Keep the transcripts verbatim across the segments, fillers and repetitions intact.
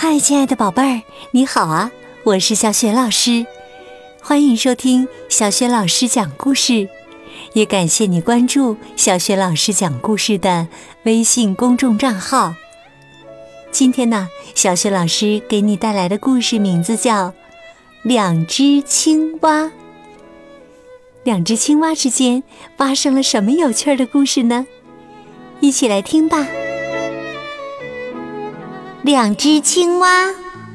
嗨，亲爱的宝贝儿，你好啊！我是小雪老师，欢迎收听小雪老师讲故事，也感谢你关注小雪老师讲故事的微信公众账号。今天呢，小雪老师给你带来的故事名字叫《两只青蛙》。两只青蛙之间发生了什么有趣的故事呢？一起来听吧。两只青蛙。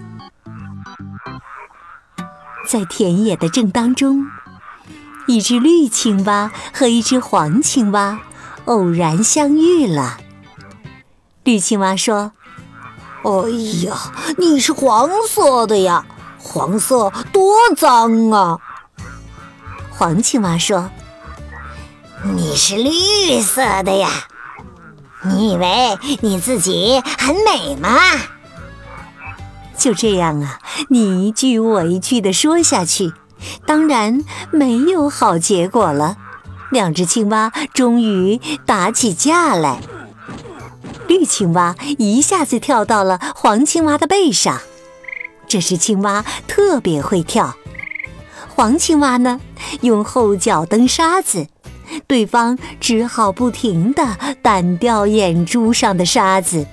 在田野的正当中，一只绿青蛙和一只黄青蛙偶然相遇了。绿青蛙说： 哎呀，你是黄色的呀，黄色多脏啊。 黄青蛙说： 你是绿色的呀，你以为你自己很美吗？ 就这样啊，你一句我一句地说下去，当然没有好结果了。两只青蛙终于打起架来，绿青蛙一下子跳到了黄青蛙的背上，这只青蛙特别会跳。黄青蛙呢，用后脚蹬沙子，对方只好不停地掸掉眼珠上的沙子。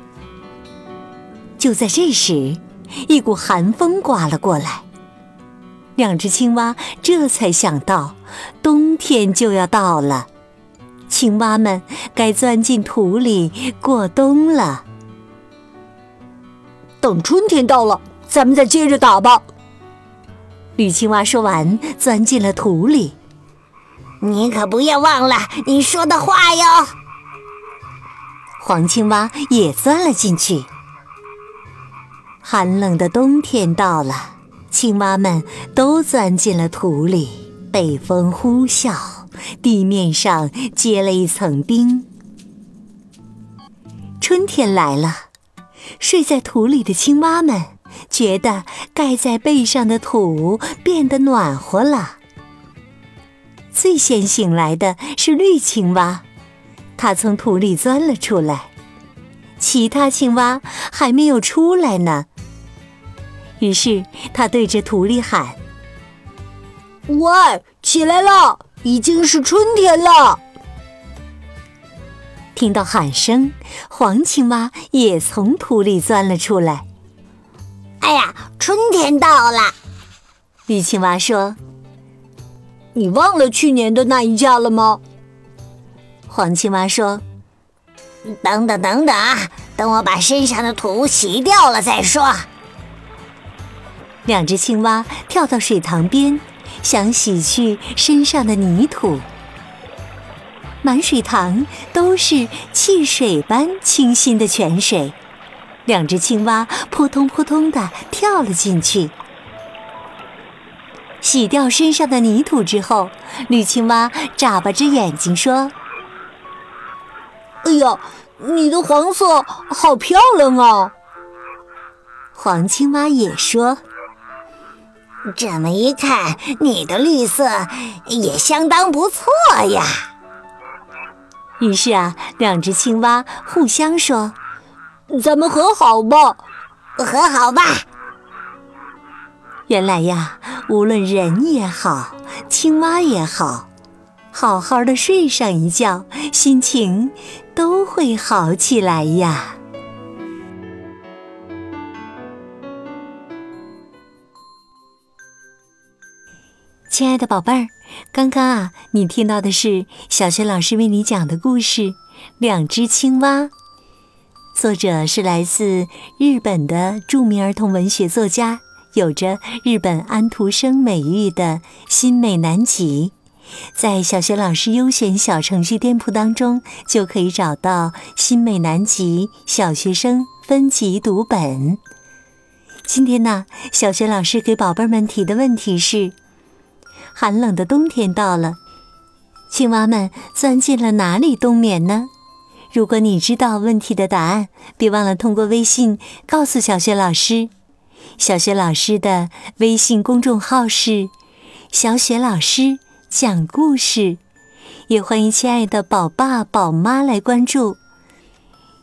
就在这时，一股寒风刮了过来，两只青蛙这才想到冬天就要到了，青蛙们该钻进土里过冬了。 等春天到了，咱们再接着打吧。 绿青蛙说完，钻进了土里。 你可不要忘了你说的话哟。 黄青蛙也钻了进去。寒冷的冬天到了，青蛙们都钻进了土里，北风呼啸，地面上结了一层冰。春天来了，睡在土里的青蛙们觉得盖在背上的土变得暖和了。最先醒来的是绿青蛙，它从土里钻了出来，其他青蛙还没有出来呢。于是它对着土里喊： 喂，起来了，已经是春天了。 听到喊声，黄青蛙也从土里钻了出来。 哎呀，春天到了。 绿青蛙说： 你忘了去年的那一架了吗？ 黄青蛙说： 等等等等啊，等我把身上的土洗掉了再说。 两只青蛙跳到水塘边，想洗去身上的泥土。满水塘都是汽水般清新的泉水，两只青蛙扑通扑通地跳了进去。洗掉身上的泥土之后，绿青蛙眨巴着眼睛说： 哎呀，你的黄色好漂亮啊。 黄青蛙也说： 这么一看，你的绿色也相当不错呀。 于是啊，两只青蛙互相说： 咱们和好吧。 和好吧。 原来呀，无论人也好，青蛙也好，好好的睡上一觉，心情都会好起来呀。亲爱的宝贝儿，刚刚啊，你听到的是小学老师为你讲的故事《两只青蛙》，作者是来自日本的著名儿童文学作家，有着日本安徒生美誉的新美南吉。在小学老师优选小程序店铺当中，就可以找到新美南吉小学生分级读本。今天呢，小学老师给宝贝们提的问题是：寒冷的冬天到了，青蛙们钻进了哪里冬眠呢？如果你知道问题的答案，别忘了通过微信告诉小学老师。小学老师的微信公众号是小雪老师讲故事，也欢迎亲爱的宝爸宝妈来关注。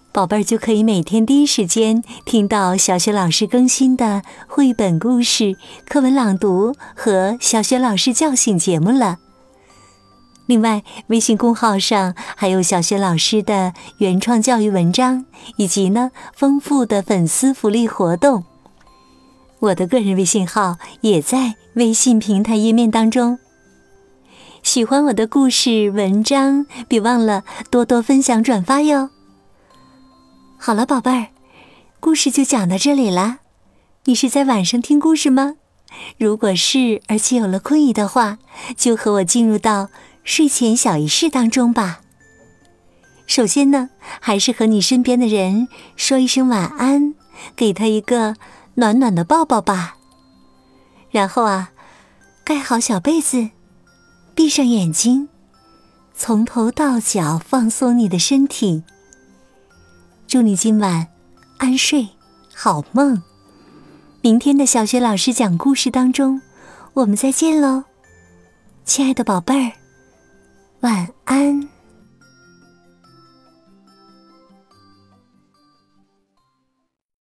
宝贝儿就可以每天第一时间听到小雪老师更新的绘本故事、课文朗读和小雪老师叫醒节目了。另外，微信公号上还有小雪老师的原创教育文章，以及呢丰富的粉丝福利活动。我的个人微信号也在微信平台页面当中。喜欢我的故事文章，别忘了多多分享转发哟。好了，宝贝儿，故事就讲到这里啦。你是在晚上听故事吗？如果是，而且有了困意的话，就和我进入到睡前小仪式当中吧。首先呢，还是和你身边的人说一声晚安，给他一个暖暖的抱抱吧。然后啊，盖好小被子，闭上眼睛，从头到脚放松你的身体。祝你今晚安睡，好梦。明天的小雪老师讲故事当中，我们再见喽，亲爱的宝贝儿，晚安。